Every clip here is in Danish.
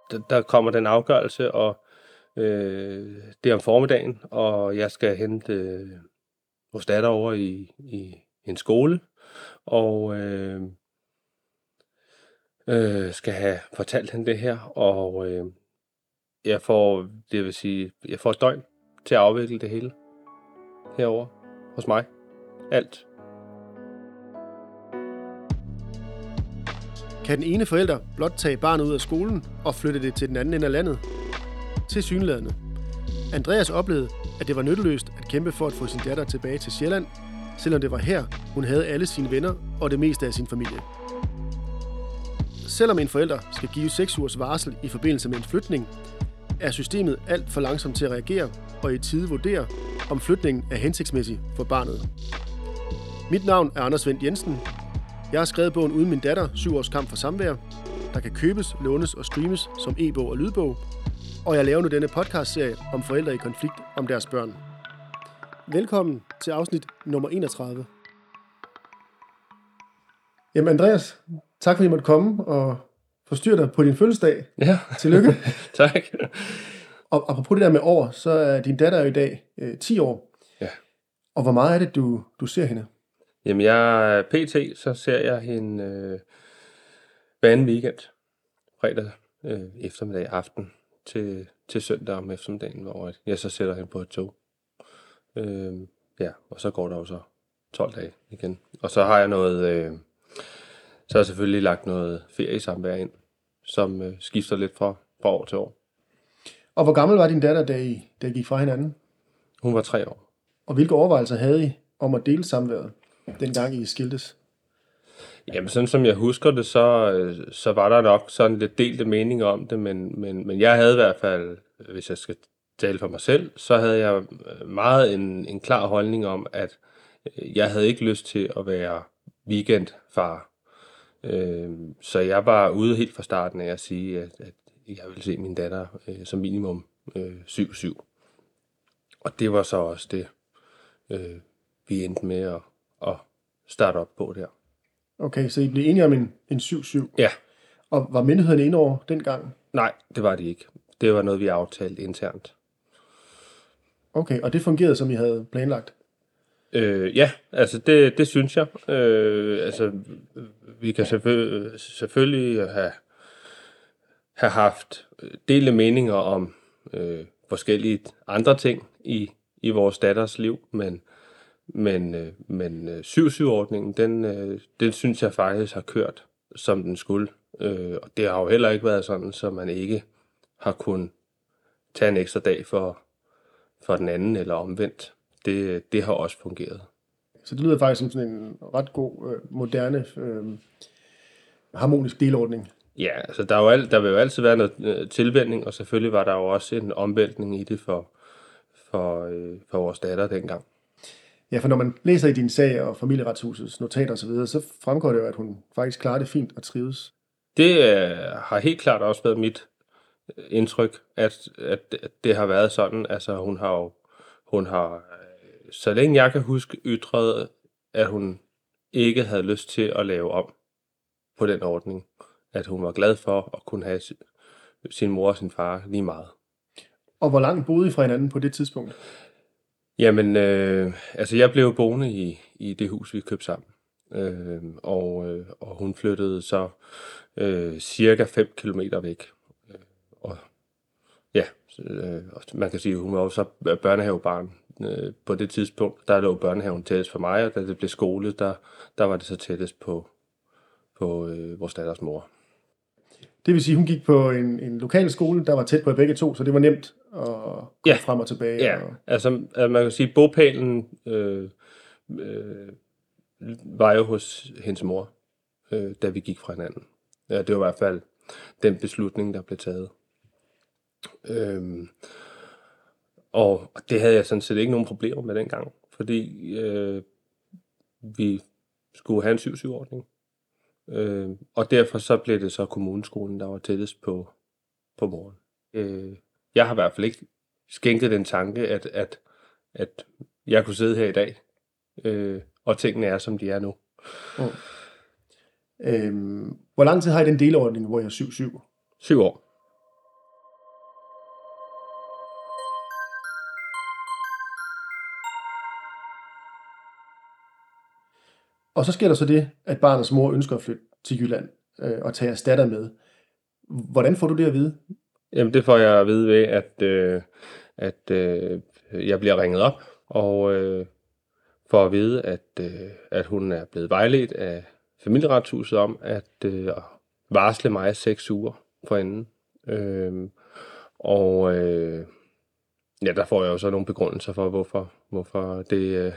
der kommer den afgørelse, og det er om formiddagen, og jeg skal hente vores datter over i en skole, og skal have fortalt hende det her, og jeg får et døgn til at afvikle det hele herover hos mig. Alt. Kan den ene forælder blot tage barnet ud af skolen og flytte det til den anden ende af landet? Tilsyneladende. Andreas oplevede, at det var nytteløst at kæmpe for at få sin datter tilbage til Sjælland, selvom det var her, hun havde alle sine venner og det meste af sin familie. Selvom en forælder skal give 6 ugers varsel i forbindelse med en flytning, er systemet alt for langsomt til at reagere og i tide vurdere, om flytningen er hensigtsmæssig for barnet. Mit navn er Anders Wendt Jensen. Jeg har skrevet bogen Uden min datter, 7 års kamp for samvær, der kan købes, lånes og streames som e-bog og lydbog, og jeg laver nu denne podcastserie om forældre i konflikt om deres børn. Velkommen til afsnit nummer 31. Jamen Andreas, tak fordi I måtte komme og forstyrre dig på din fødselsdag. Ja. Tillykke. Tak. Og apropos det der med år, så er din datter jo i dag 10 år. Ja. Og hvor meget er det, du ser hende? Jamen, så ser jeg hende hver anden weekend. Fredag eftermiddag aften til søndag om eftermiddagen, hvor jeg så sætter hende på et tog. Og så går der jo så 12 dage igen. Og så har jeg så har jeg selvfølgelig lagt noget feriesamvær ind, som skifter lidt fra år til år. Og hvor gammel var din datter, da I gik fra hinanden? Hun var 3 år. Og hvilke overvejelser havde I om at dele samværet, dengang I skiltes? Jamen, sådan som jeg husker det, så var der nok sådan lidt delte meninger om det, men jeg havde i hvert fald, hvis jeg skal tale for mig selv, så havde jeg meget en klar holdning om, at jeg havde ikke lyst til at være weekendfar. Så jeg var ude helt fra starten af at sige, at jeg ville se min datter som minimum 7-7. Og det var så også det, vi endte med at starte op på der. Okay, så I blev enige om en 7-7? Ja. Og var myndighederne inde over dengang? Nej, det var de ikke. Det var noget, vi aftalte internt. Okay, og det fungerede, som I havde planlagt? Ja, altså det synes jeg. Vi kan selvfølgelig have haft delte meninger om forskellige andre ting i vores datters liv, men 7-7-ordningen, den synes jeg faktisk har kørt, som den skulle. Og det har jo heller ikke været sådan, så man ikke har kunnet tage en ekstra dag for den anden eller omvendt. Det har også fungeret. Så det lyder faktisk som sådan en ret god, moderne, harmonisk delordning. Ja, altså der vil jo altid være noget tilvænning, og selvfølgelig var der jo også en omvæltning i det for vores datter dengang. Ja, for når man læser i din sag og Familieretshusets notater osv., så fremgår det jo, at hun faktisk klarer det fint og trives. Det har helt klart også været mit indtryk, at det har været sådan. Altså hun har, så længe jeg kan huske, ytret, at hun ikke havde lyst til at lave om på den ordning. At hun var glad for at kunne have sin mor og sin far lige meget. Og hvor langt boede I fra hinanden på det tidspunkt? Jamen, jeg blev boende i det hus, vi købte sammen. Og hun flyttede så cirka 5 kilometer væk. Man kan sige, at hun var jo så børnehavebarn på det tidspunkt. Der lå børnehaven tættest for mig, og da det blev skole, der var det så tættest på vores datters mor. Det vil sige, at hun gik på en lokal skole, der var tæt på begge to, så det var nemt at komme frem og tilbage. Ja, altså man kan sige, at bopælen var jo hos hendes mor, da vi gik fra hinanden. Ja, det var i hvert fald den beslutning, der blev taget. Og det havde jeg sådan set ikke nogen problemer med dengang, fordi vi skulle have en 7-7-ordning. Og derfor så blev det så kommuneskolen, der var tættest på moren. Jeg har i hvert fald ikke skænket den tanke, at jeg kunne sidde her i dag, og tingene er, som de er nu. Hvor lang tid har I den delordning, hvor jeg er 7-7? 7 år. Og så sker der så det, at barnets mor ønsker at flytte til Jylland og tage jeres datter med. Hvordan får du det at vide? Jamen, det får jeg at vide ved, at jeg bliver ringet op, og får at vide, at hun er blevet vejledt af Familieretshuset om at varsle mig 6 uger forinden. Ja, der får jeg jo så nogle begrundelser for, hvorfor det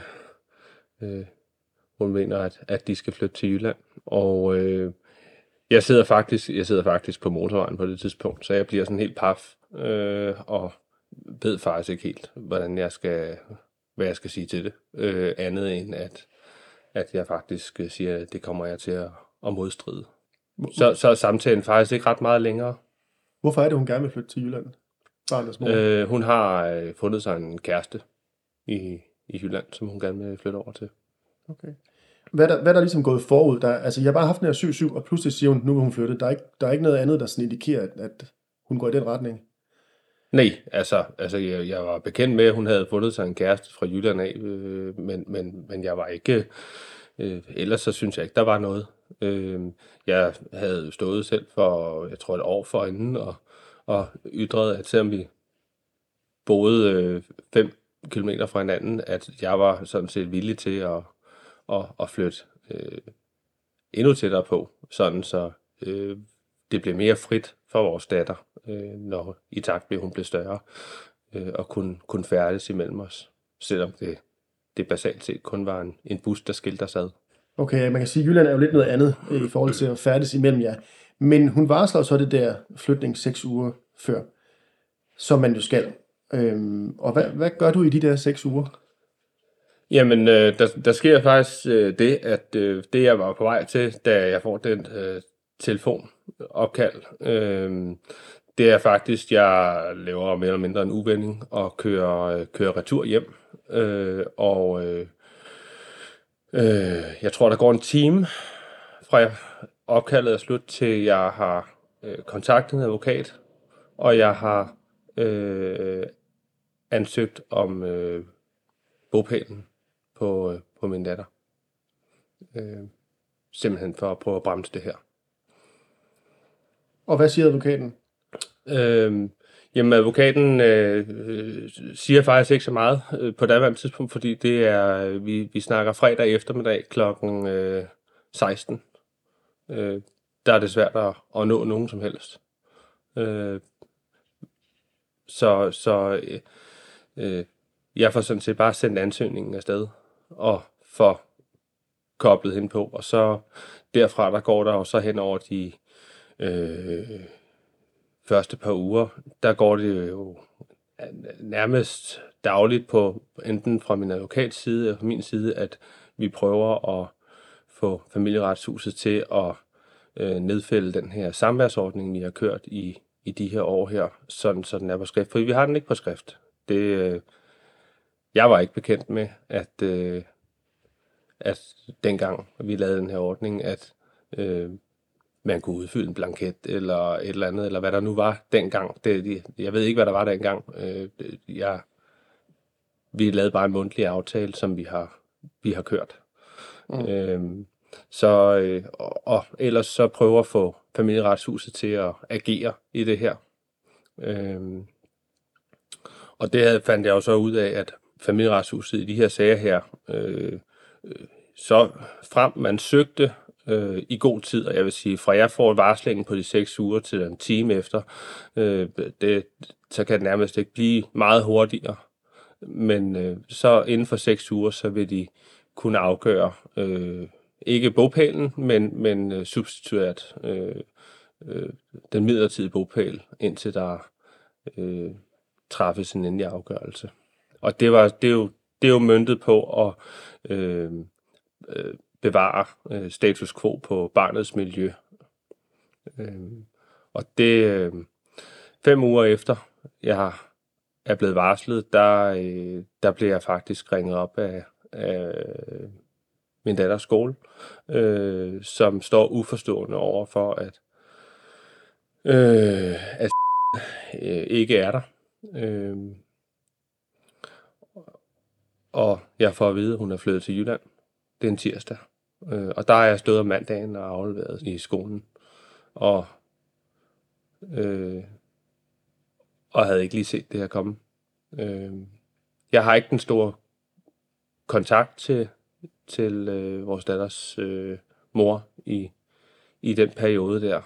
hun mener, at de skal flytte til Jylland. Og jeg sidder faktisk på motorvejen på det tidspunkt, så jeg bliver sådan helt paf, og ved faktisk ikke helt, hvad jeg skal sige til det. Andet end, at jeg faktisk siger, at det kommer jeg til at modstride. Så er samtalen faktisk ikke ret meget længere. Hvorfor er det, hun gerne vil flytte til Jylland? Barnets mor. Hun har fundet sig en kæreste i Jylland, som hun gerne vil flytte over til. Okay. Hvad er der ligesom gået forud? Altså, jeg har bare haft den her 7-7, og pludselig siger hun, nu vil hun flytte. Der er ikke noget andet, der sådan indikerer, at hun går i den retning. Nej, altså jeg var bekendt med, at hun havde fundet sig en kæreste fra Jylland af, men jeg var ikke, ellers så synes jeg ikke, der var noget. Jeg havde stået selv for, jeg tror et år forinden, og ytrede, at selvom vi boede 5 kilometer fra hinanden, at jeg var sådan set villig til at flytte endnu tættere på, sådan så det blev mere frit for vores datter, når i takt med, hun blev større, og kunne færdes imellem os, selvom det basalt set kun var en bus, der skilte os ad. Okay, man kan sige, at Jylland er jo lidt noget andet i forhold til at færdes imellem jer. Men hun varsler så det der flytning 6 uger før, som man jo skal. Og hvad gør du i de der 6 uger? Jamen, der sker faktisk det, at det jeg var på vej til, da jeg får den telefonopkald, det er faktisk, jeg laver mere eller mindre en uvending og kører retur hjem. Jeg tror, der går en time fra opkaldet er slut til, jeg har kontaktet en advokat, og jeg har ansøgt om bopælen på min datter. Simpelthen for at prøve at bremse det her. Og hvad siger advokaten? Jamen, advokaten siger faktisk ikke så meget på daværende tidspunkt, fordi det er, vi snakker fredag eftermiddag klokken 16. Der er det svært at nå nogen som helst. Jeg får sådan set bare sendt ansøgningen afsted og får koblet hende på, og så derfra der går der jo så hen over de første par uger, der går det jo nærmest dagligt på enten fra min advokats side eller fra min side, at vi prøver at få Familieretshuset til at nedfælde den her samværsordning, vi har kørt i de her år her, sådan så den er på skrift. For vi har den ikke på skrift. Jeg var ikke bekendt med, at dengang vi lavede den her ordning, at man kunne udfylde en blanket eller et eller andet, eller hvad der nu var dengang. Jeg ved ikke, hvad der var dengang. Vi lavede bare en mundtlig aftale, som vi har kørt. Og ellers så prøver at få Familieretshuset til at agere i det her. Og det fandt jeg jo så ud af, at Familieretshuset i de her sager her, så frem man søgte i god tid, og jeg vil sige, fra jeg får varslingen på de 6 uger til en time efter, så kan det nærmest ikke blive meget hurtigere. Men så inden for 6 uger, så vil de kunne afgøre ikke bopælen, men substitueret den midlertidige bopæl, indtil der træffes en endelig afgørelse. Og det er jo møntet på at bevare status quo på barnets miljø. Og det 5 uger efter jeg er blevet varslet, der blev jeg faktisk ringet op af min datters skole, som står uforstående over for, at ikke er der. Og jeg får at vide, at hun er flyttet til Jylland. Det er en tirsdag. Og der har jeg stået om mandagen og afleveret i skolen. Og havde ikke lige set det her komme. Jeg har ikke den store kontakt til vores datters mor i den periode der.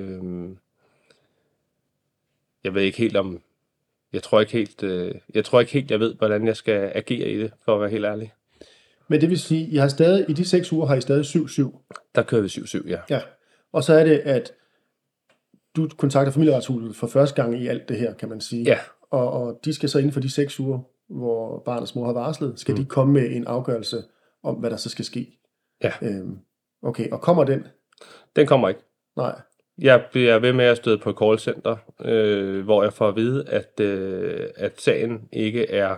Jeg ved ikke helt om... Jeg tror ikke helt, jeg ved, hvordan jeg skal agere i det, for at være helt ærlig. Men det vil sige, I har stadig, i de 6 uger har I stadig 7-7? Der kører vi 7-7, ja. Ja, og så er det, at du kontakter Familieretshuset for første gang i alt det her, kan man sige. Ja. Og de skal så inden for de 6 uger, hvor barnets mor har varslet, skal de komme med en afgørelse om, hvad der så skal ske. Ja. Okay, og kommer den? Den kommer ikke. Nej. Jeg bliver ved med at støde på et callcenter, hvor jeg får at vide, at sagen ikke er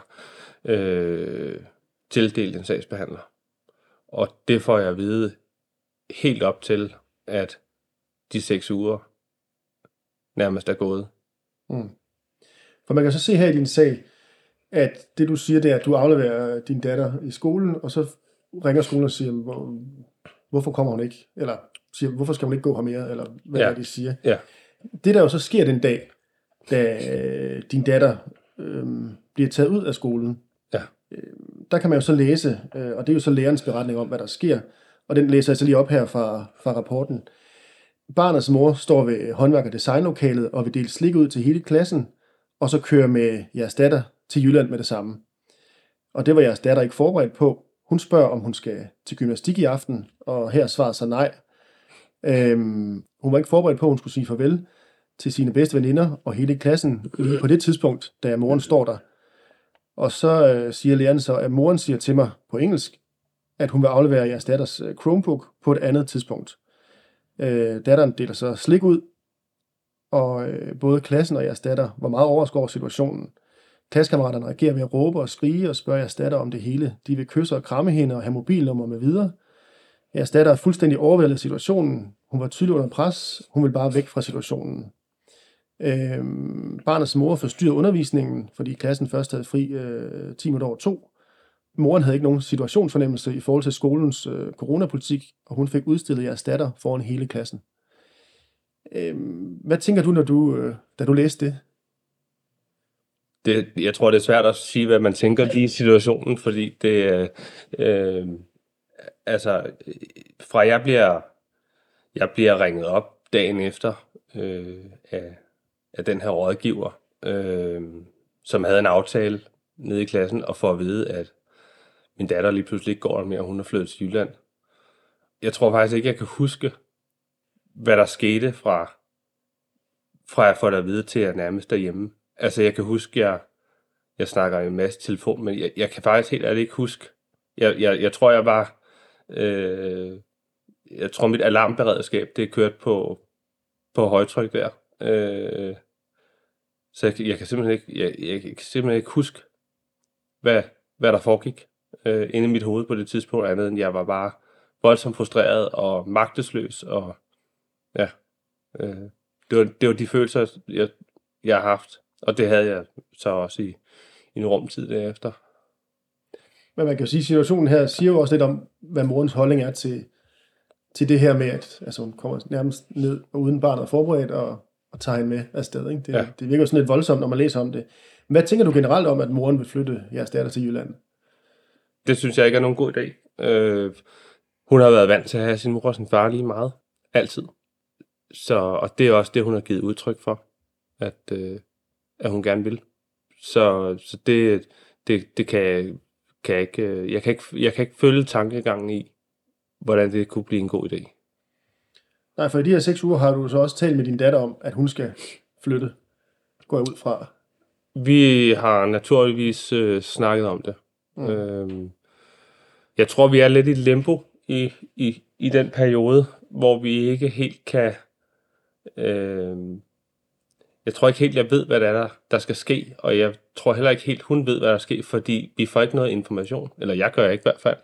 tildelt en sagsbehandler. Og det får jeg at vide helt op til, at de 6 uger nærmest er gået. For man kan så se her i din sag, at det du siger, det er, at du afleverer din datter i skolen, og så ringer skolen og siger, hvorfor kommer hun ikke? Eller siger, hvorfor skal hun ikke gå her mere? Eller hvad er det, de siger? Ja. Det der jo så sker den dag, da din datter bliver taget ud af skolen, der kan man jo så læse, og det er jo så lærerens beretning om, hvad der sker, og den læser jeg så lige op her fra rapporten. Barnets mor står ved håndværk- og designlokalet og vil dele slik ud til hele klassen, og så kører med jeres datter til Jylland med det samme. Og det var jeres datter ikke forberedt på. Hun spørger, om hun skal til gymnastik i aften, og her svarer så nej. Hun var ikke forberedt på, at hun skulle sige farvel til sine bedste veninder og hele klassen lige på det tidspunkt, da moren står der. Og så siger læreren så, at moren siger til mig på engelsk, at hun vil aflevere jeres datters Chromebook på et andet tidspunkt. Datteren deler så slik ud, og både klassen og jeres datter var meget overrasket over situationen. Klassekammeraterne reagerer ved at råbe og skrige og spørger jeres datter om det hele. De vil kysse og kramme hende og have mobilnummer med videre. Jeres datter er fuldstændig overvældet af situationen. Hun var tydeligt under pres. Hun vil bare væk fra situationen. Barnets mor forstyrrede undervisningen, fordi klassen først havde fri 10 minutter over 2. Moren havde ikke nogen situationsfornemmelse i forhold til skolens coronapolitik, og hun fik udstillet jeres datter foran hele klassen. Hvad tænker du, da du læste det? Jeg tror, det er svært at sige, hvad man tænker i situationen, fordi det fra jeg bliver ringet op dagen efter af den her rådgiver, som havde en aftale nede i klassen, og får at vide, at min datter lige pludselig ikke går der mere, og hun er flyttet til Jylland. Jeg tror faktisk ikke, jeg kan huske, hvad der skete fra jeg får det at vide til, at jeg nærmest derhjemme. Altså, jeg kan huske, jeg snakker i en masse telefon, men jeg kan faktisk helt ærligt ikke huske. Jeg tror, jeg tror, mit alarmberedskab, det er kørt på højtryk der. Så jeg kan simpelthen ikke huske, hvad der foregik inde i mit hoved på det tidspunkt, andet end jeg var bare voldsomt frustreret og magtesløs, og ja, det var de følelser, jeg har haft, og det havde jeg så også i en rumtid derefter. Men man kan jo sige, at situationen her siger jo også lidt om, hvad morens holdning er til det her med, at altså, hun kommer nærmest ned og uden barnet er forberedt og tager hende med afsted. Ikke? Det virker jo sådan lidt voldsomt, når man læser om det. Men hvad tænker du generelt om, at moren vil flytte jeres datter til Jylland? Det synes jeg ikke er nogen god idé. Hun har været vant til at have sin mor og sin far lige meget. Altid. Og det er også det, hun har givet udtryk for, at hun gerne vil. Så det kan jeg ikke. Jeg kan ikke følge tankegangen i, hvordan det kunne blive en god idé. Nej, for i de her 6 uger har du så også talt med din datter om, at hun skal flytte. Går jeg ud fra? Vi har naturligvis snakket om det. Jeg tror, vi er lidt i limbo i den periode, hvor vi ikke helt kan... jeg tror ikke helt, jeg ved, hvad der skal ske, og jeg tror heller ikke helt, hun ved, hvad der skal ske, fordi vi får ikke noget information, eller jeg gør ikke i hvert fald,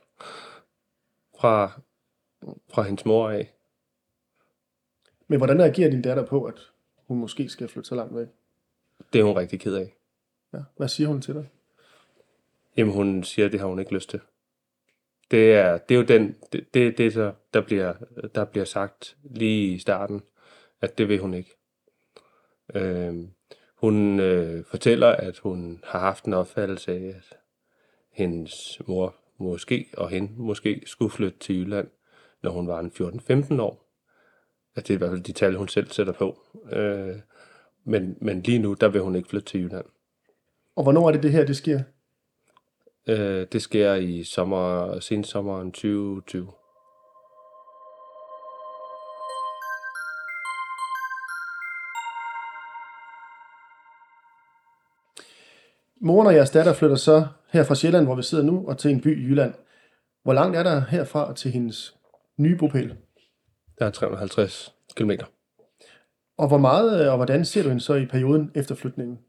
fra hendes mor af. Men hvordan reagerer din datter på, at hun måske skal flytte så langt væk? Det er hun rigtig ked af. Ja. Hvad siger hun til dig? Jamen, hun siger, at det har hun ikke lyst til. Det er jo det så, der bliver sagt lige i starten, at det vil hun ikke. Hun fortæller, at hun har haft en opfattelse af, at hendes mor måske skulle flytte til Jylland, når hun var en 14-15 år. At det er i hvert fald de tal, hun selv sætter på. Men lige nu, der vil hun ikke flytte til Jylland. Og hvornår er det her, det sker? Det sker i sensommeren 2020. Moren og jeres datter flytter så her fra Sjælland, hvor vi sidder nu, og til en by i Jylland. Hvor langt er der herfra til hendes nye bopæl? Der er 350 kilometer. Og hvor meget og hvordan ser du hende så i perioden efter flytningen?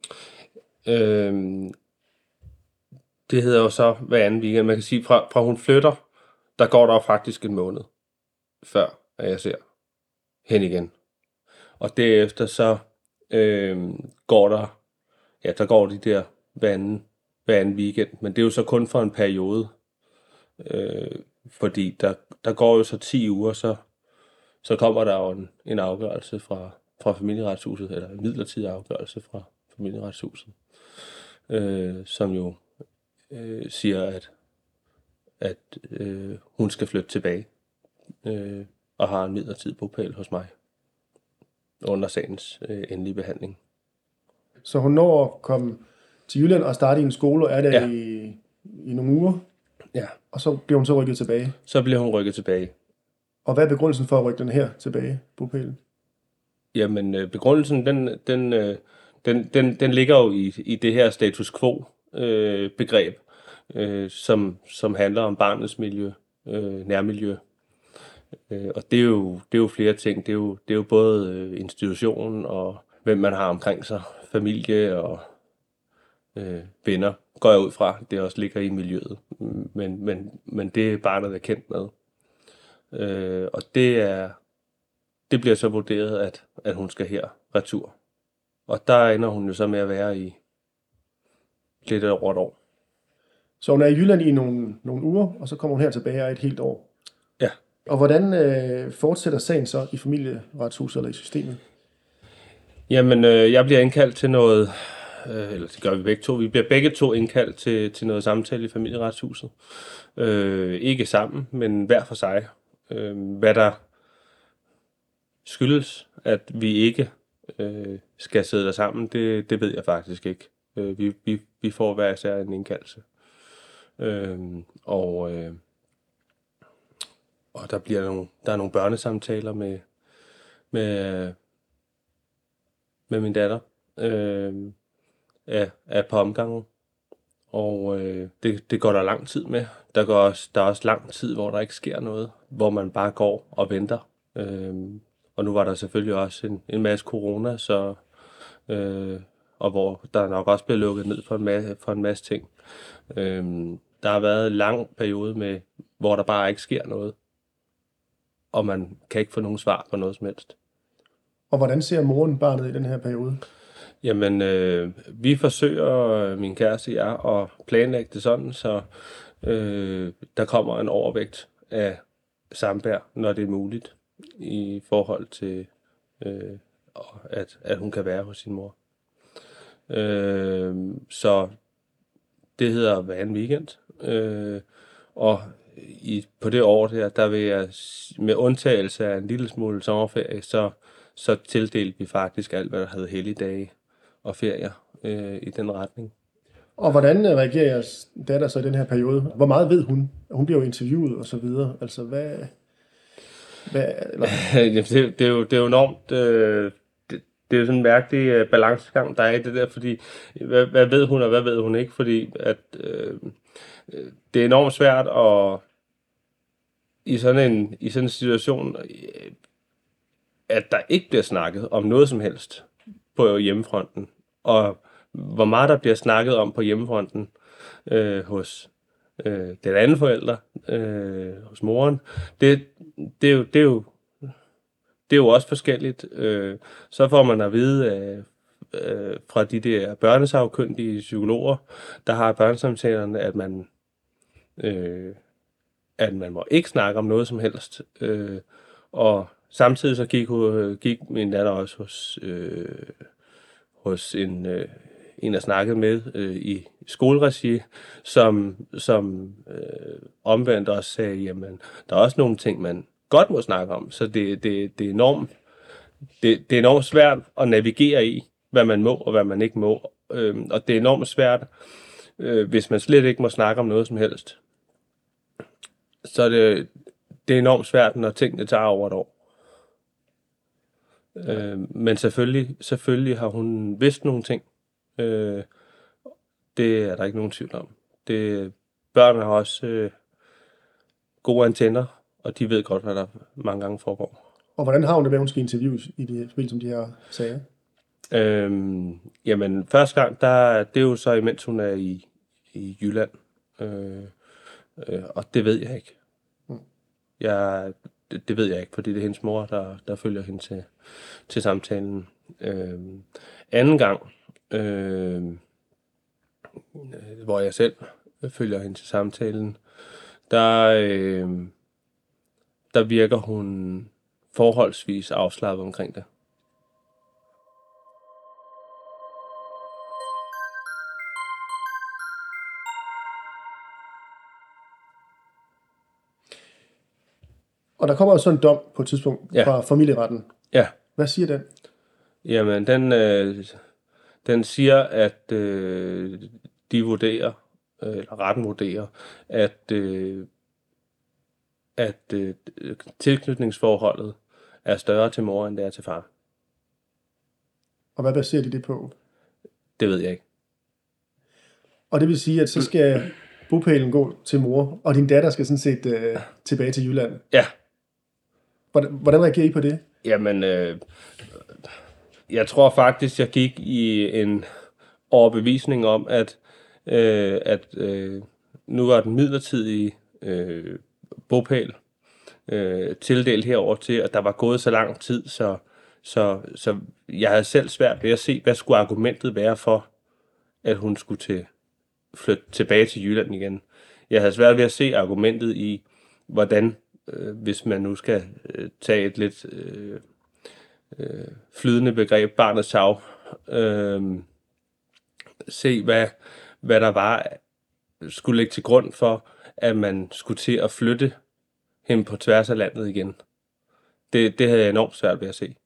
Det hedder jo så hver anden weekend. Man kan sige, fra hun flytter, der går der faktisk en måned, før at jeg ser hende igen. Og derefter så går der går de der hver anden weekend. Men det er jo så kun for en periode. Fordi der går jo så 10 uger, så kommer der jo en afgørelse fra familieretshuset, eller en midlertidig afgørelse fra familieretshuset, som jo siger, at hun skal flytte tilbage og har en midlertidig bopæl hos mig under sagens endelige behandling. Så hun når at komme til Jylland og starte i en skole, og er der Ja. i nogle uger, Ja, og så bliver hun så rykket tilbage. så bliver hun rykket tilbage. Og hvad er begrundelsen for at rykke den her tilbage, bopælen? Jamen, begrundelsen, den ligger jo i det her status quo begreb, som handler om barnets miljø, nærmiljø. Og det er jo flere ting. Det er jo både institutionen og hvem man har omkring sig, familie og venner, går jeg ud fra. Det også ligger i miljøet. Men det er barnet er kendt med. Og det bliver så vurderet, at hun skal her retur. Og der ender hun jo så med at være i lidt over et år. Så hun er i Jylland i nogle uger, og så kommer hun her tilbage og et helt år. Ja. Og hvordan fortsætter sagen så i familieretshuset eller i systemet? Jamen, jeg bliver indkaldt til noget, eller det gør vi begge to. Vi bliver begge to indkaldt til noget samtale i familieretshuset. Ikke sammen, men hver for sig. Hvad der skyldes, at vi ikke skal sidde der sammen, det ved jeg faktisk ikke. Vi får hver især en indkaldelse. Og der er nogle børnesamtaler med min datter af på omgangen. Og det går der lang tid med. Der er også lang tid, hvor der ikke sker noget, hvor man bare går og venter. Og nu var der selvfølgelig også en masse corona, så og hvor der nok også bliver lukket ned for en masse ting. Der har været en lang periode hvor der bare ikke sker noget, og man kan ikke få nogen svar på noget som helst. Og hvordan ser moren barnet i den her periode? Jamen, vi forsøger, min kæreste og jeg, at planlægge det sådan, så der kommer en overvægt af samvær, når det er muligt, i forhold til, at hun kan være hos sin mor. Så det hedder hver anden weekend. Og på det år der vil jeg, med undtagelse af en lille smule sommerferie, så tildelte vi faktisk alt, hvad der havde helligdage og ferier i den retning. Og hvordan reagerer jeres datter så i den her periode? Hvor meget ved hun? Hun bliver jo interviewet og så videre. Altså hvad eller? det er jo enormt. Det er jo sådan en mærkelig balancegang, der er i det der, fordi hvad ved hun, og hvad ved hun ikke? Fordi at det er enormt svært at i sådan en situation, at der ikke bliver snakket om noget som helst på hjemmefronten. Og hvor meget der bliver snakket om på hjemmefronten hos den anden forælder, hos moren, det er jo også forskelligt. Så får man at vide fra de der børnesagkyndige psykologer, der har børnesamtalerne, at man at man må ikke snakke om noget som helst. Og samtidig så gik min datter også hos en, jeg snakkede med i skoleregi, som omvendt også sagde, jamen, der er også nogle ting, man godt må snakke om. Så det er enormt svært at navigere i, hvad man må og hvad man ikke må. Og det er enormt svært, hvis man slet ikke må snakke om noget som helst. Så det er enormt svært, når tingene tager over et år. Men selvfølgelig har hun vidst nogle ting. Det er der ikke nogen tvivl om. Børn har også gode antenner, og de ved godt, hvad der mange gange foregår. Og hvordan har hun det med, at hun skal interviews i det spil, som de her sager? Jamen, første gang, det er jo så, imens hun er i Jylland. Og det ved jeg ikke. Det ved jeg ikke, fordi det er hendes mor, der følger hende til samtalen. Anden gang, hvor jeg selv følger hende til samtalen, der virker hun forholdsvis afslappet omkring det. Og der kommer jo sådan en dom på et tidspunkt fra familieretten. Ja. Hvad siger den? Jamen, den siger, at de vurderer, eller retten vurderer, at tilknytningsforholdet er større til mor, end det er til far. Og hvad baserer de det på? Det ved jeg ikke. Og det vil sige, at så skal bopælen gå til mor, og din datter skal sådan set tilbage til Jylland. Ja. Hvordan reagerer I på det? Jamen, jeg tror faktisk, jeg gik i en overbevisning om, at nu var den midlertidige bopæl tildelt herover til, at der var gået så lang tid, så jeg havde selv svært ved at se, hvad skulle argumentet være for, at hun skulle flytte tilbage til Jylland igen. Jeg havde svært ved at se argumentet i, hvordan, hvis man nu skal tage et lidt flydende begreb, barnets tarv, se hvad der var, skulle ligge til grund for, at man skulle til at flytte hende på tværs af landet igen. Det havde jeg enormt svært ved at se.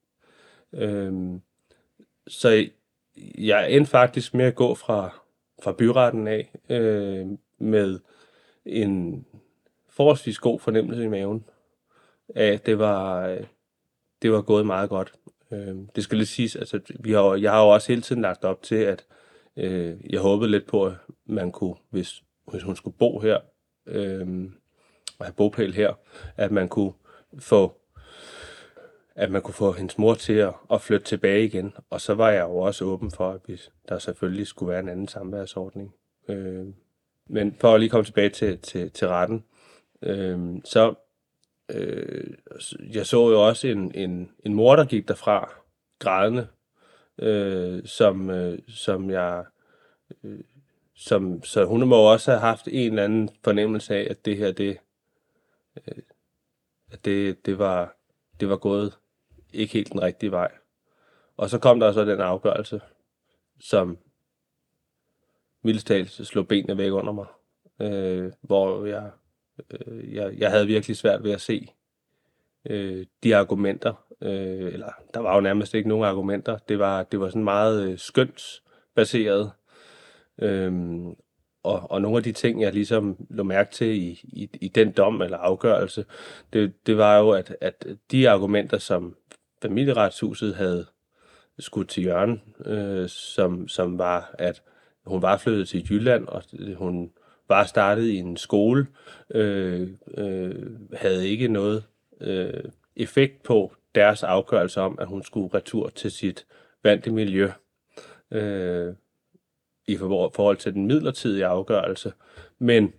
Så jeg endte faktisk med at gå fra byretten af med en forholdsvis god fornemmelse i maven af, at det var gået meget godt. Det skal lige siges, altså jeg har jo også hele tiden lagt op til, at jeg håbede lidt på, at man kunne, hvis hun skulle bo her og have bopæl her, at man kunne få hendes mor til at flytte tilbage igen. Og så var jeg jo også åben for, at der selvfølgelig skulle være en anden samværsordning. Men for at lige komme tilbage til retten, så jeg så jo også en mor, der gik derfra grædende, så hun må også have haft en eller anden fornemmelse af, at det her, det var gået ikke helt den rigtige vej. Og så kom der så den afgørelse, som mildest talt slog benene væk under mig, hvor jeg havde virkelig svært ved at se de argumenter, eller der var jo nærmest ikke nogen argumenter. Det var sådan meget skønsbaseret, og nogle af de ting, jeg ligesom lå mærke til i den dom eller afgørelse, det var jo, at de argumenter, som Familieretshuset havde skudt til hjørne, som var, at hun var flyttet til Jylland, og hun var startet i en skole, havde ikke noget effekt på deres afgørelse om, at hun skulle retur til sit vante miljø i forhold til den midlertidige afgørelse. Men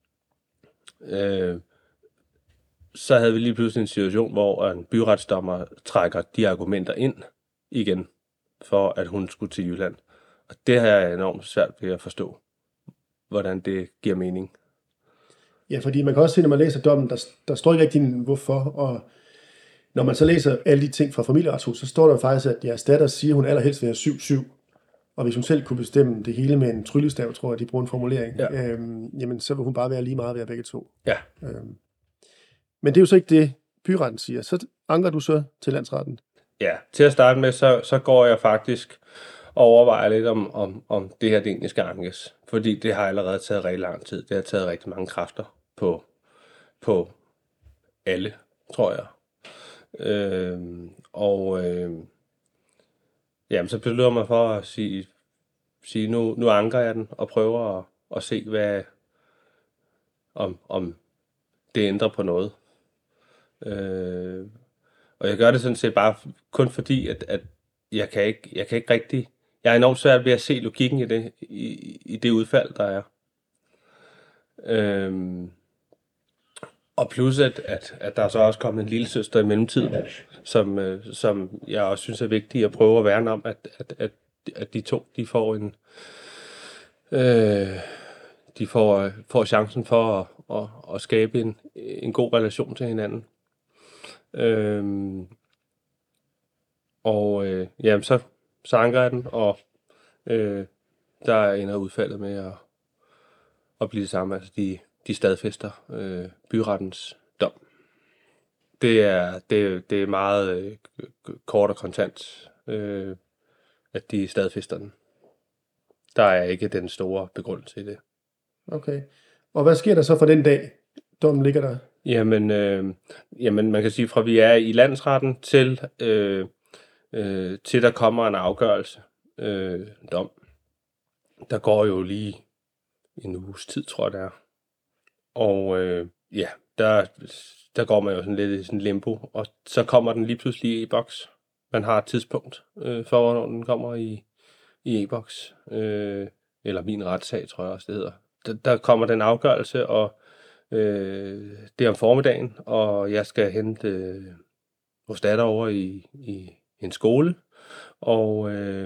så havde vi lige pludselig en situation, hvor en byretsdommer trækker de argumenter ind igen, for at hun skulle til Jylland. Og det har jeg enormt svært ved at forstå, hvordan det giver mening. Ja, fordi man kan også se, når man læser dommen, der står ikke rigtig hvorfor, og når man så læser alle de ting fra familieretshuset, så står der faktisk, at jeres datter siger, at hun allerhelst vil have 7-7, og hvis hun selv kunne bestemme det hele med en tryllestav, tror jeg, de bruger en formulering, jamen så vil hun bare være lige meget ved at begge to. Ja. Men det er jo så ikke det, byretten siger. Så anker du så til landsretten? Ja, til at starte med, så går jeg faktisk og overvejer lidt om det her det egentlig skal ankes. Fordi det har allerede taget rigtig lang tid. Det har taget rigtig mange kræfter på alle, tror jeg. Jamen, så beslutter jeg mig for at sige nu anker jeg den og prøver at se, om det ændrer på noget. Og jeg gør det sådan set bare kun fordi, at jeg kan ikke rigtig... Jeg er enormt svært ved at se logikken i det udfald, der er. Og plus, at der er så også kommet en lille søster i mellemtiden, som jeg også synes er vigtigt at prøve at værne om, at de to, de får får chancen for at skabe en god relation til hinanden. Jamen så anker jeg den, og der ender udfaldet med at blive det samme. Altså de stadfæster byrettens dom. Det er meget kort og kontant, at de stadfæster den. Der er ikke den store begrundelse i det. Okay. Og hvad sker der så for den dag, dommen ligger der? Jamen man kan sige, fra vi er i landsretten til der kommer en afgørelse, dom. Der går jo lige en uges tid, tror jeg det er. Og der går man jo sådan lidt i sådan limbo, og så kommer den lige pludselig i e-boks. Man har et tidspunkt for, hvornår den kommer i e-boks. Eller min retssag, tror jeg også, det hedder. Der kommer den afgørelse, og det er om formiddagen, og jeg skal hente vores datter over i en skole, og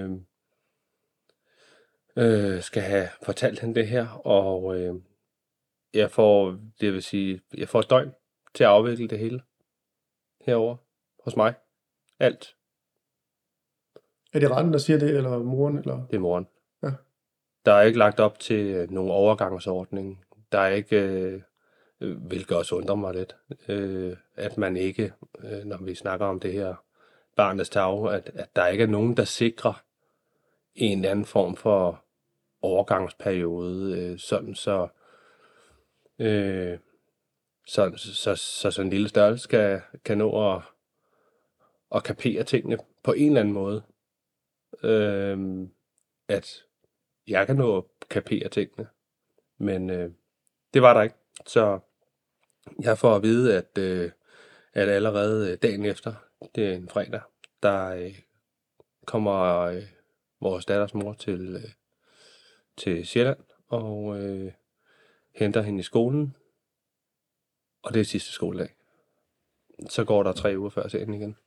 skal have fortalt hende det her, og jeg får et døgn til at afvikle det hele herover hos mig. Alt. Er det retten, der siger det, eller moren? Eller? Det er moren. Ja. Der er ikke lagt op til nogen overgangsordning. Der er ikke, hvilket også undrer mig lidt, at man ikke, når vi snakker om det her barnets tarv, at der ikke er nogen, der sikrer en eller anden form for overgangsperiode, sådan en lille størrelse kan nå at kapere tingene på en eller anden måde. At jeg kan nå at kapere tingene. Men det var der ikke. Så jeg får at vide, at allerede dagen efter, det er en fredag, der kommer vores datters mor til Sjælland og henter hende i skolen. Og det er sidste skoledag. Så går der 3 uger før serien igen.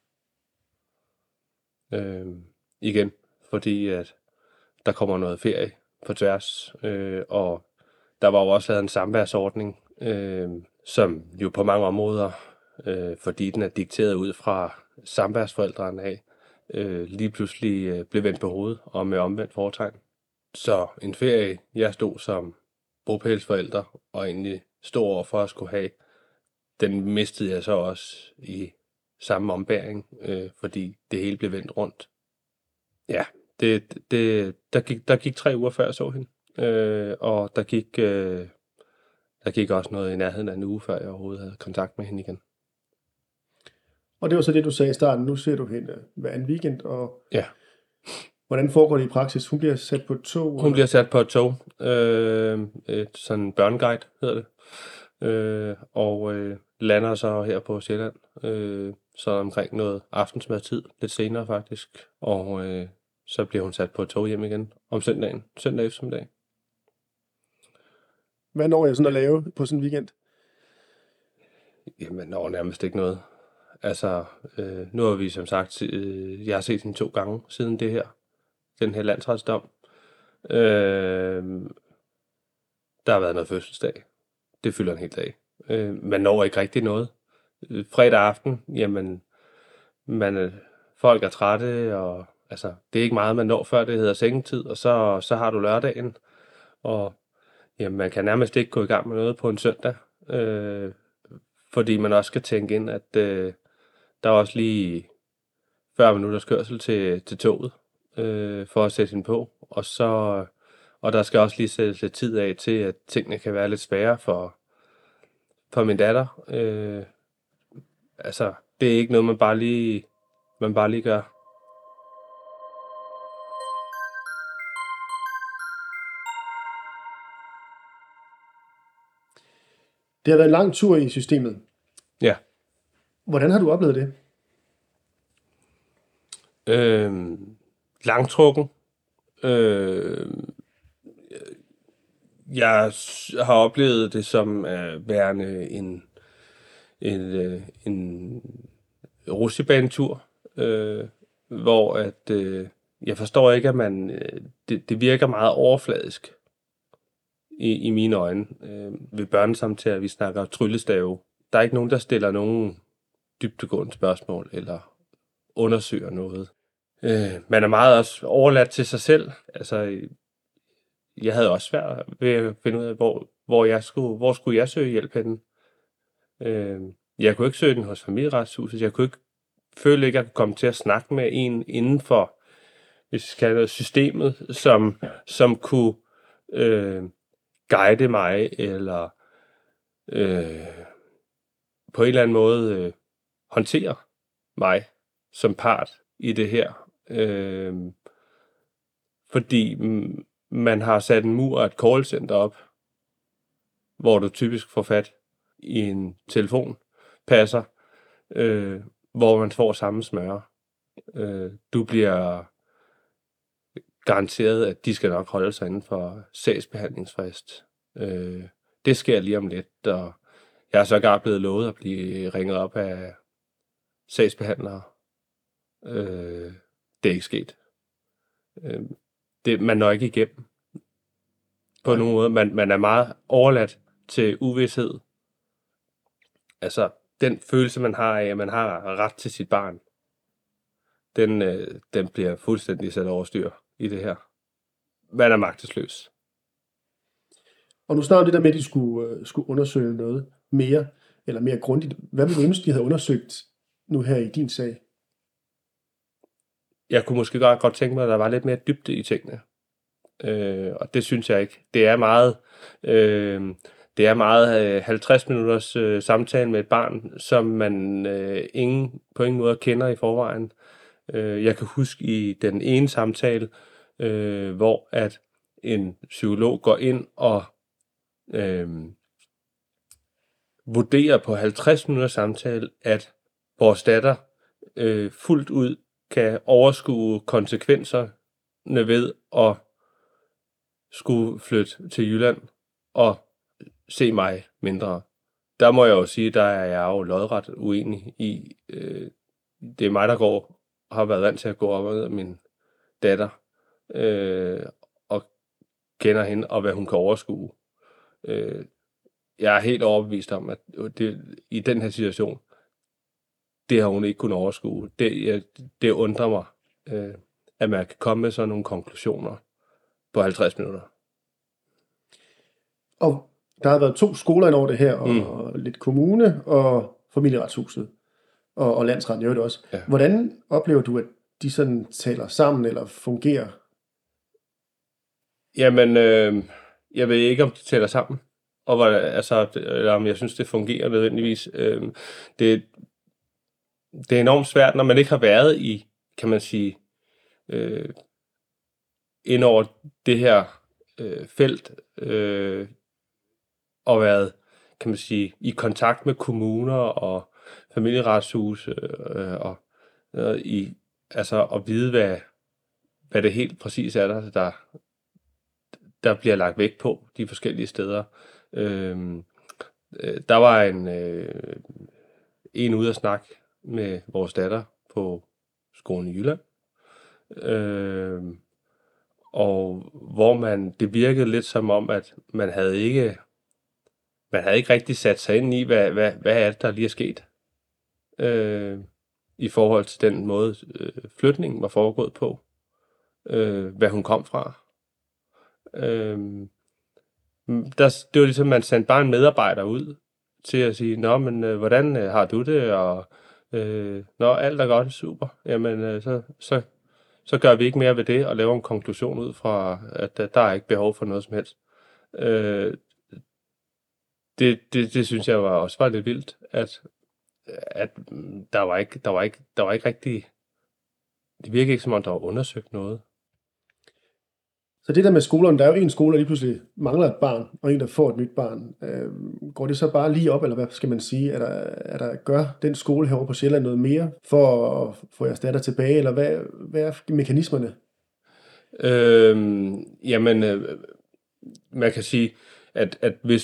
Igen, fordi at der kommer noget ferie på tværs, og der var jo også lavet en samværsordning, som jo på mange områder, fordi den er dikteret ud fra samværsforældrene af, lige pludselig blev vendt på hovedet og med omvendt foretegn. Så en ferie, jeg stod som bopælsforælder og egentlig stod over for at skulle have, den mistede jeg så også i samme ombæring, fordi det hele blev vendt rundt. Ja, der gik 3 uger før jeg så hende, og der gik også noget i nærheden af en uge, før jeg overhovedet havde kontakt med hende igen. Og det var så det, du sagde i starten. Nu ser du hende hver en weekend, og ja. Hvordan foregår det i praksis? Hun bliver sat på et tog? Hun bliver sat på et tog. Et sådan børneguide hedder det. Og lander så her på Sjælland. Så omkring noget aftensmadtid. Lidt senere faktisk. Og så bliver hun sat på et tog hjem igen om søndagen. Søndag eftermiddag. Hvad når jeg sådan at lave på sådan en weekend? Jamen, når nærmest ikke noget. Altså, nu har vi som sagt, jeg har set hende 2 gange siden det her. Den her landsretsdom. Der har været noget fødselsdag. det fylder en hel dag. Man når ikke rigtig noget. Fredag aften, jamen, folk er trætte, og altså, det er ikke meget, man når før det hedder sengetid, og så har du lørdagen, og jamen, man kan nærmest ikke gå i gang med noget på en søndag, fordi man også skal tænke ind, at der er også lige 40 minutters kørsel til toget, for at sætte hende på, og der skal også lige sættes lidt tid af til, at tingene kan være lidt svære for min datter. Altså, det er ikke noget, man bare lige gør. Det har været en lang tur i systemet. Ja. Hvordan har du oplevet det? Langtrukken. Jeg har oplevet det som værende en rutsjebanetur, hvor at jeg forstår ikke, at det virker meget overfladisk i mine øjne ved børnesamtaler. Vi snakker tryllestave. Der er ikke nogen, der stiller nogen dybdegående spørgsmål eller undersøger noget. Man er meget også overladt til sig selv. Altså, jeg havde også svært ved at finde ud af, hvor skulle jeg søge hjælp henne. Jeg kunne ikke søge den hos Familieretshuset. Jeg kunne ikke føle, at jeg kunne komme til at snakke med en inden for, hvis vi kalder det, systemet, som kunne guide mig, eller på en eller anden måde håndtere mig som part i det her. Fordi man har sat en mur af et callcenter op, hvor du typisk får fat i en telefonpasser, hvor man får samme smøre. Du bliver garanteret, at de skal nok holde sig inden for sagsbehandlingsfrist. Det sker lige om lidt, og jeg er sågar blevet lovet at blive ringet op af sagsbehandlere. Det er ikke sket. Man når ikke igennem på nogen måde. Man er meget overladt til uvished. Altså, den følelse, man har af, at man har ret til sit barn, den bliver fuldstændig sat over styr i det her. Man er magtesløs. Og nu snakker det der med, at de skulle undersøge noget mere, eller mere grundigt. Hvad ville du ønske, de havde undersøgt nu her i din sag? Jeg kunne måske godt tænke mig, at der var lidt mere dybde i tingene. Og det synes jeg ikke. Det er meget 50 minutters samtale med et barn, som man på ingen måde kender i forvejen. Jeg kan huske i den ene samtale, hvor at en psykolog går ind og vurderer på 50 minutters samtale, at vores datter fuldt ud kan overskue konsekvenserne ved at skulle flytte til Jylland og se mig mindre. Der må jeg jo sige, der er jeg jo lodret uenig i. Det er mig, der har været vant til at gå op med min datter og kender hende, og hvad hun kan overskue. Jeg er helt overbevist om, at i den her situation, det har hun ikke kunnet overskue. Det undrer mig, at man kan komme med sådan nogle konklusioner på 50 minutter. Og der har været 2 skoler ind over det her, og lidt kommune og Familieretshuset, og landsretten gjorde det også. Ja. Hvordan oplever du, at de sådan taler sammen eller fungerer? Jamen, jeg ved ikke, om de taler sammen, eller om jeg synes, det fungerer nødvendigvis. Det er enormt svært, når man ikke har været i, kan man sige, ind over det her felt, og været, kan man sige, i kontakt med kommuner og familieretshus, og at vide, hvad det helt præcis er, der bliver lagt vægt på de forskellige steder. Der var en ude at snakke med vores datter på skolen i Jylland, og hvor det virkede lidt som om, at man havde ikke man havde ikke rigtig sat sig ind i, hvad er det, der lige er sket. I forhold til den måde, flytningen var foregået på. Hvad hun kom fra. Det var ligesom, man sendte bare en medarbejder ud til at sige, nå, men hvordan har du det? Og når alt er godt, super. Jamen, så gør vi ikke mere ved det, og laver en konklusion ud fra, at der er ikke behov for noget som helst. Det synes jeg også var lidt vildt, at der var ikke rigtig, det virkede ikke som om, der var undersøgt noget. Så det der med skolerne, der er jo en skole, der lige pludselig mangler et barn, og en, der får et nyt barn. Går det så bare lige op, eller hvad skal man sige? Gør den skole herovre på Sjælland noget mere for at få jeres datter tilbage, eller hvad er mekanismerne? Man kan sige, at hvis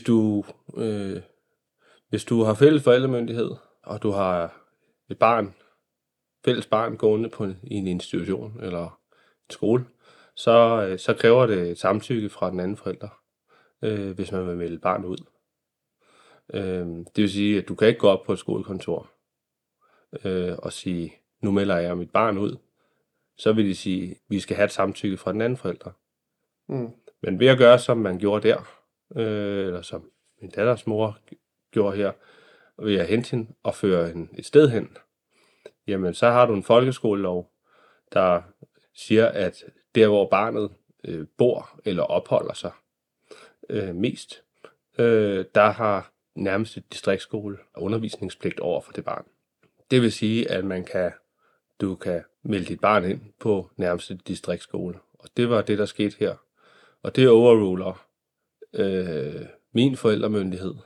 du har fælles forældremyndighed, og du har et fælles barn gående i en institution eller en skole, så kræver det samtykke fra den anden forælder, hvis man vil melde barnet ud. Det vil sige, at du kan ikke gå op på et skolekontor og sige, nu melder jeg mit barn ud. Så vil de sige, at vi skal have et samtykke fra den anden forælder. Men ved at gøre, som man gjorde der, eller som min datters mor gjorde her, ved at hente hende og føre hende et sted hen, jamen så har du en folkeskolelov, der siger, at der hvor barnet bor eller opholder sig mest, der har nærmest et distriktsskole undervisningspligt over for det barn. Det vil sige, at du kan melde dit barn ind på nærmeste distriktsskole. Og det var det, der skete her. Og det overruler min forældremyndighed.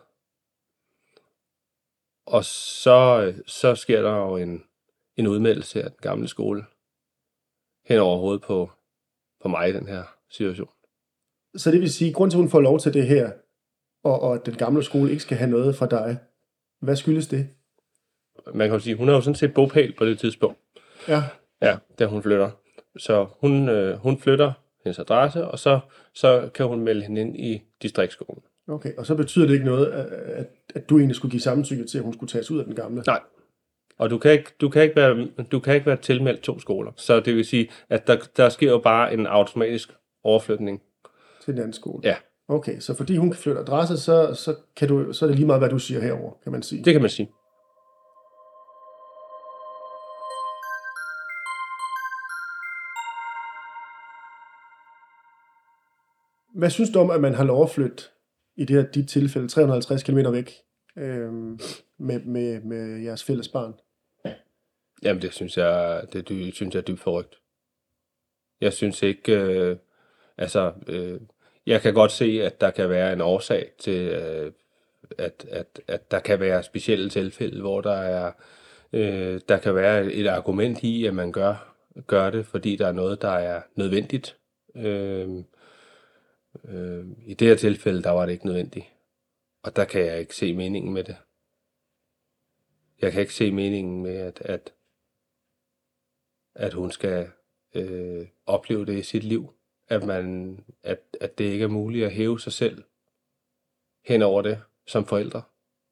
Og så sker der jo en udmeldelse af den gamle skole hen over hovedet på mig i den her situation. Så det vil sige, at grund til, at hun får lov til det her, og at den gamle skole ikke skal have noget fra dig, hvad skyldes det? Man kan jo sige, hun har jo sådan set bopæl på det tidspunkt. Ja, da hun flytter. Så hun flytter hendes adresse, og så kan hun melde hende ind i distriktsskolen. Okay, og så betyder det ikke noget, at du egentlig skulle give samtykke til, at hun skulle tages ud af den gamle? Nej. Og du kan ikke være tilmeldt 2 skoler. Så det vil sige, at der sker jo bare en automatisk overflytning til den anden skole? Ja. Okay, så fordi hun kan flytte adresse, så er det lige meget, hvad du siger herover, kan man sige? Det kan man sige. Hvad synes du om, at man har lov at flytte, i det her dit tilfælde, 350 km væk med jeres fælles barn? Jamen, det synes jeg er dybt forrygt. Jeg synes ikke, jeg kan godt se, at der kan være en årsag til, at der kan være specielle tilfælde, hvor der kan være et argument i, at man gør det, fordi der er noget, der er nødvendigt. I det her tilfælde, der var det ikke nødvendigt. Og der kan jeg ikke se meningen med det. Jeg kan ikke se meningen med, at hun skal opleve det i sit liv. At det ikke er muligt at hæve sig selv hen over det som forældre.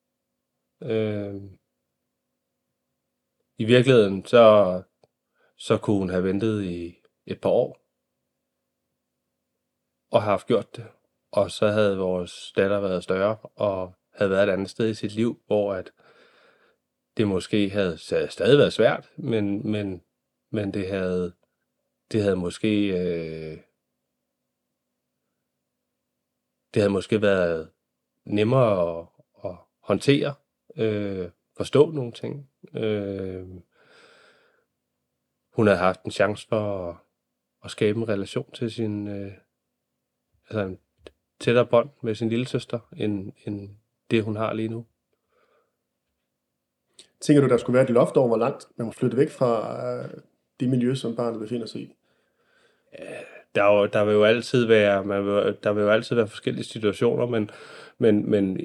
I virkeligheden, så kunne hun have ventet i et par år og have haft gjort det. Og så havde vores datter været større og havde været et andet sted i sit liv, hvor at det måske havde stadig været svært, men det havde måske været nemmere at håndtere, forstå nogle ting. Hun havde haft en chance for at skabe en relation til sin, en tættere bånd med sin lillesøster, end det hun har lige nu. Tænker du, der skulle være et loft over, hvor langt man må flytte væk fra det miljø, som barnet befinder sig i? Der vil jo altid være forskellige situationer, men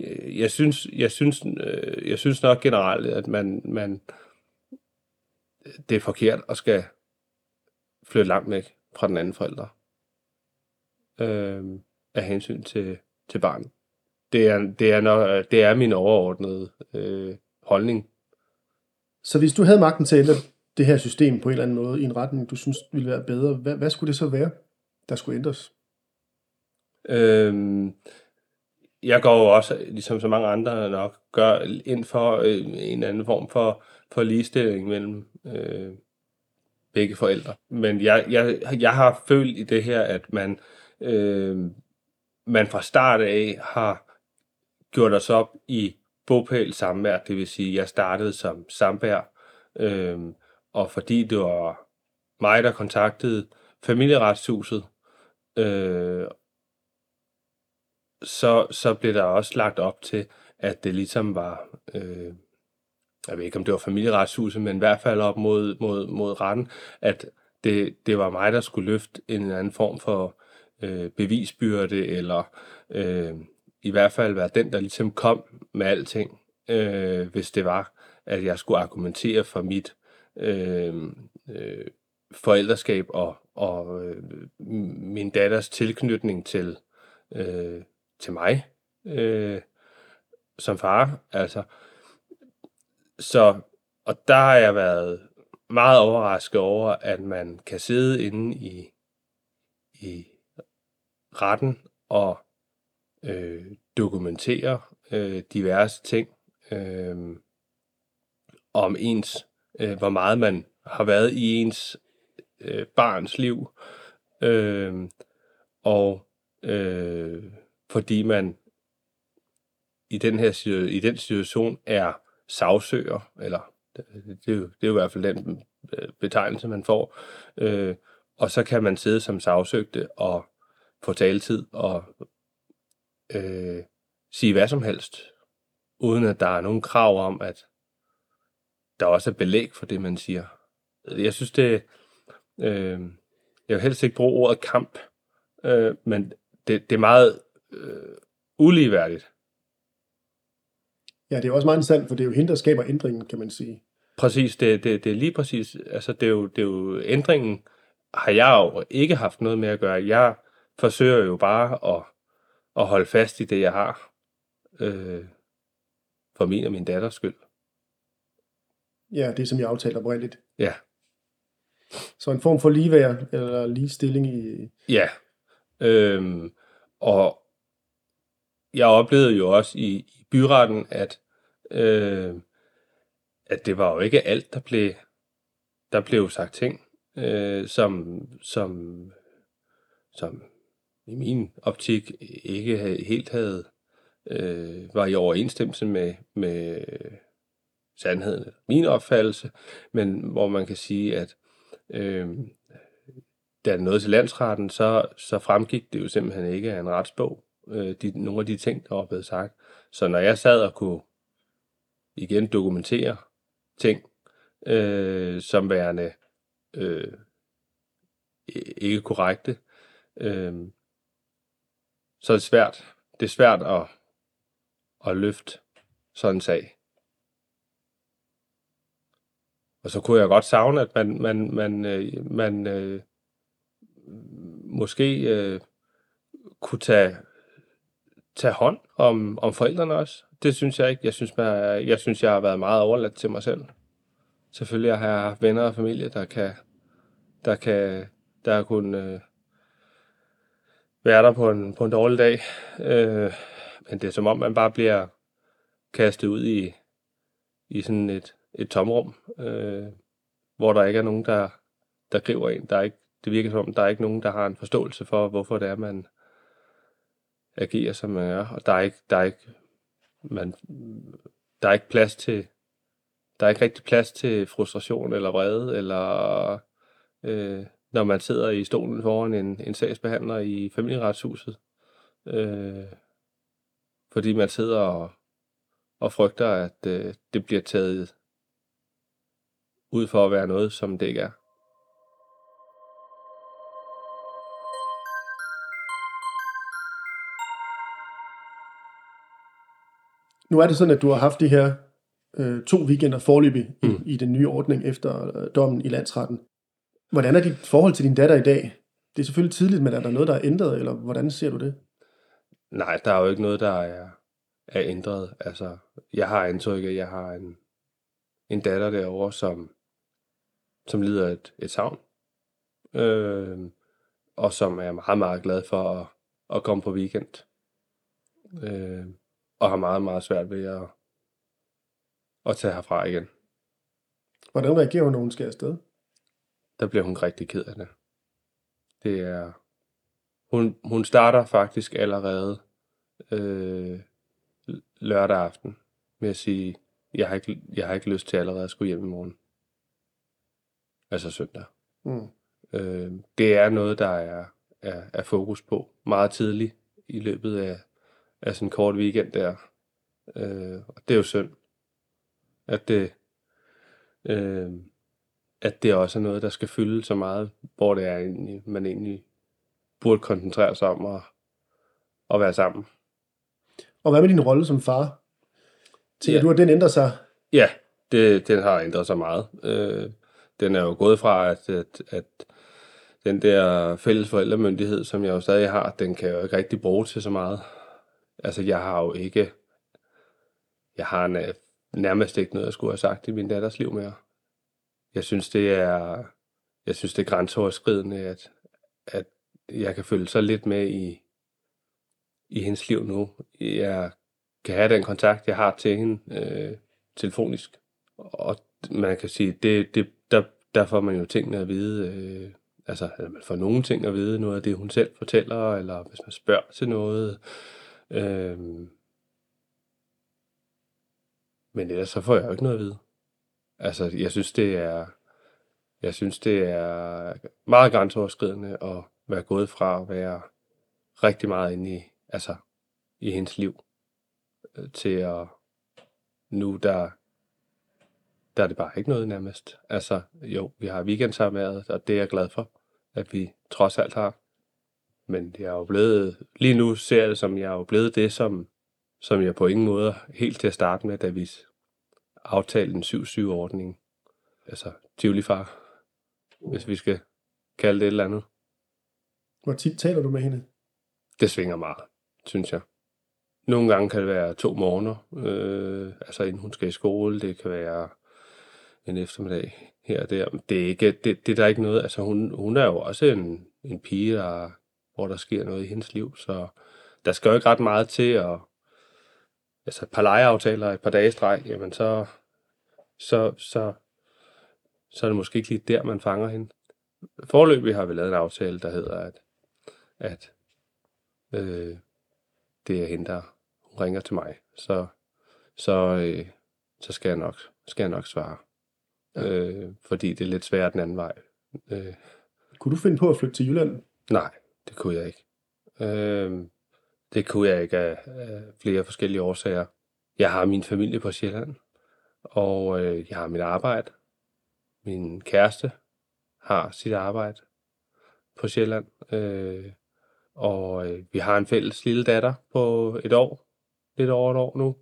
jeg synes nok generelt, at man det er forkert at skal flytte langt væk fra den anden forælder af hensyn til barnet. det er min overordnede holdning. Så hvis du havde magten til at ændre det her system på en eller anden måde i en retning, du synes ville være bedre, hvad skulle det så være, der skulle ændres? Jeg går jo også, ligesom så mange andre nok, gør ind for en anden form for ligestilling mellem begge forældre. Men jeg har følt i det her, at man fra start af har gjort os op i bopæl samvær, det vil sige, at jeg startede som samvær, og fordi det var mig, der kontaktede familieretshuset, så blev der også lagt op til, at det ligesom var, jeg ved ikke om det var familieretshuset, men i hvert fald op mod retten, at det var mig, der skulle løfte en eller anden form for bevisbyrde, eller i hvert fald være den, der ligesom kom med alting, hvis det var, at jeg skulle argumentere for mit forældreskab og min datters tilknytning til mig som far. Altså, og der har jeg været meget overrasket over, at man kan sidde inde i retten og dokumentere diverse ting om ens, hvor meget man har været i ens barns liv, og fordi man i den situation er sagsøger, eller det er jo i hvert fald den betegnelse, man får, og så kan man sidde som sagsøgte og få taletid og sige hvad som helst, uden at der er nogen krav om, at der også er belæg for det, man siger. Jeg synes, jeg vil helst ikke bruge ordet kamp, men det er meget uligeværdigt. Ja, det er også meget interessant, for det er jo hende, der skaber ændringen, kan man sige. Præcis, det er lige præcis. Altså, det er jo ændringen, har jeg jo ikke haft noget med at gøre. Jeg forsøger jo bare at holde fast i det, jeg har, for min og min datters skyld. Ja, det som jeg aftalte oprindeligt. Ja. Så en form for ligeværd eller ligestilling i... Ja, og jeg oplevede jo også i byretten, at det var jo ikke alt, der blev sagt ting, som i min optik ikke helt havde var i overensstemmelse med sandheden, min opfattelse, men hvor man kan sige, at da det nåede til landsretten, så fremgik det jo simpelthen ikke af en retsbog, nogle af de ting, der var blevet sagt. Så når jeg sad og kunne igen dokumentere ting, som værende ikke korrekte, så er det svært. Det er svært at løfte sådan en sag. Og så kunne jeg godt savne, at man måske kunne tage hånd om forældrene også. Det synes jeg ikke. Jeg synes, jeg har været meget overladt til mig selv. Selvfølgelig har jeg haft venner og familie, der har kunnet være der på en dårlig dag. Men det er som om, man bare bliver kastet ud i sådan et tomrum, hvor der ikke er nogen, der griber en. Det virker som om, der er ikke nogen, der har en forståelse for, hvorfor det er, man agerer, som man er. Og der er ikke plads til, der er ikke rigtig plads til frustration eller vrede, eller når man sidder i stolen foran en sagsbehandler i familieretshuset, fordi man sidder og frygter, at det bliver taget ud for at være noget, som det ikke er. Nu er det sådan, at du har haft de her 2 weekender forløbig i den nye ordning efter dommen i landsretten. Hvordan er dit forhold til din datter i dag? Det er selvfølgelig tidligt, men er der noget, der er ændret, eller hvordan ser du det? Nej, der er jo ikke noget, der er ændret. Altså, jeg har indtryk af, at jeg har en datter derovre, som lider et savn, og som er meget, meget glad for at komme på weekend, og har meget, meget svært ved at tage herfra igen. Hvordan reagerer hun, når hun skal afsted? Der bliver hun rigtig ked af det. Det er... Hun starter faktisk allerede lørdag aften med at sige, jeg har ikke lyst til allerede at skulle hjem i morgen. Altså søndag. Det er noget, der er fokus på meget tidligt i løbet af sådan en kort weekend der. Og det er jo synd, at det også er noget, der skal fylde så meget, hvor det er man egentlig burde koncentrere sig om at være sammen. Og hvad med din rolle som far? Tænker du, at den ændrer sig? Ja, den har ændret sig meget. Den er jo gået fra, at den der fælles forældremyndighed, som jeg jo stadig har, den kan jeg jo ikke rigtig bruge til så meget. Altså, jeg har nærmest ikke noget, jeg skulle have sagt i min datters liv mere. Jeg synes, det er grænseoverskridende, at jeg kan følge så lidt med i hendes liv nu. Jeg kan have den kontakt, jeg har til hende telefonisk. Og man kan sige, der får man jo tingene at vide, altså man får nogle ting at vide, noget af det hun selv fortæller, eller hvis man spørger til noget. Men ellers så får jeg jo ikke noget at vide. Altså jeg synes det er meget grænseoverskridende at være gået fra at være rigtig meget inde i hendes liv, til at nu der er det bare ikke noget nærmest. Altså jo, vi har weekendsamværet, og det er jeg glad for, at vi trods alt har. Men jeg er jo blevet, lige nu ser jeg det som, jeg er jo blevet det, som jeg på ingen måde helt til at starte med, da vi aftalte en 7-7-ordning. Altså Tivoli-far, hvis vi skal kalde det et eller andet. Hvor tit taler du med hende? Det svinger meget, synes jeg. Nogle gange kan det være 2 morgener, altså inden hun skal i skole. Det kan være en eftermiddag her og der. Det er ikke, det er der ikke noget. Altså hun er jo også en pige, hvor der sker noget i hendes liv, så der skal jo ikke ret meget til at, altså et par legeaftaler et par dage i streg, jamen så er det måske ikke lige der, man fanger hende. Foreløbig har vi lavet en aftale, der hedder, at det er hende, der hun ringer til mig, så skal jeg nok svare. Fordi det er lidt svært den anden vej. Kunne du finde på at flytte til Jylland? Nej, det kunne jeg ikke. Det kunne jeg ikke af flere forskellige årsager. Jeg har min familie på Sjælland, og jeg har mit arbejde. Min kæreste har sit arbejde på Sjælland, og vi har en fælles lille datter på lidt over et år nu,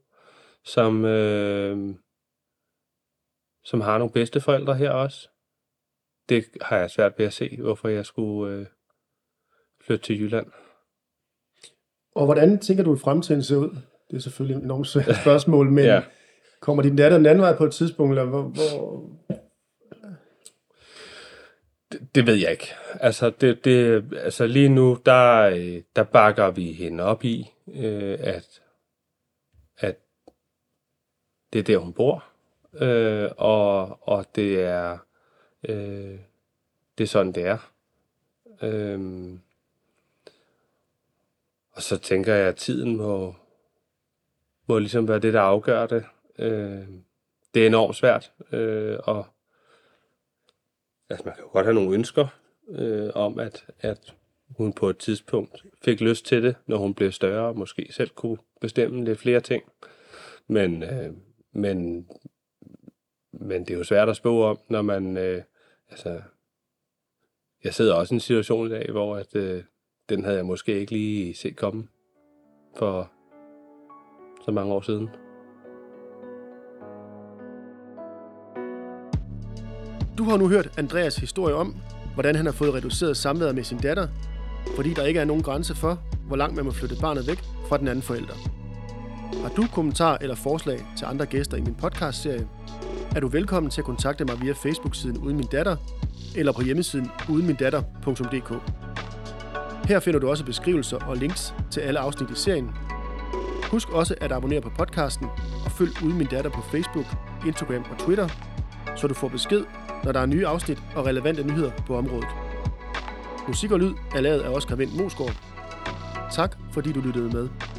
som har nogle bedsteforældre her også. Det har jeg svært ved at se, hvorfor jeg skulle flytte til Jylland. Og hvordan tænker du, at fremtiden ser ud? Det er selvfølgelig et enormt svært spørgsmål, men ja. Kommer din datter den anden vej på et tidspunkt, eller hvor? Det ved jeg ikke. Altså, altså lige nu, der bakker vi hende op i, at det er der, hun bor, og det er sådan, det er. Og så tænker jeg, at tiden må ligesom være det, der afgør det. Det er enormt svært, og altså, man kan jo godt have nogle ønsker om, at hun på et tidspunkt fik lyst til det, når hun blev større, og måske selv kunne bestemme lidt flere ting. Men det er jo svært at spå om, når man... jeg sidder også i en situation i dag, hvor den havde jeg måske ikke lige set komme for så mange år siden. Du har nu hørt Andreas historie om, hvordan han har fået reduceret samværet med sin datter, fordi der ikke er nogen grænse for, hvor langt man må flytte barnet væk fra den anden forælder. Har du kommentarer eller forslag til andre gæster i min podcastserie, er du velkommen til at kontakte mig via Facebook-siden Uden Min Datter, eller på hjemmesiden udenmindatter.dk. Her finder du også beskrivelser og links til alle afsnit i serien. Husk også at abonnere på podcasten og følg Uden Min Datter på Facebook, Instagram og Twitter, så du får besked, når der er nye afsnit og relevante nyheder på området. Musik og lyd er lavet af Oscar Wendt Moesgaard. Tak fordi du lyttede med.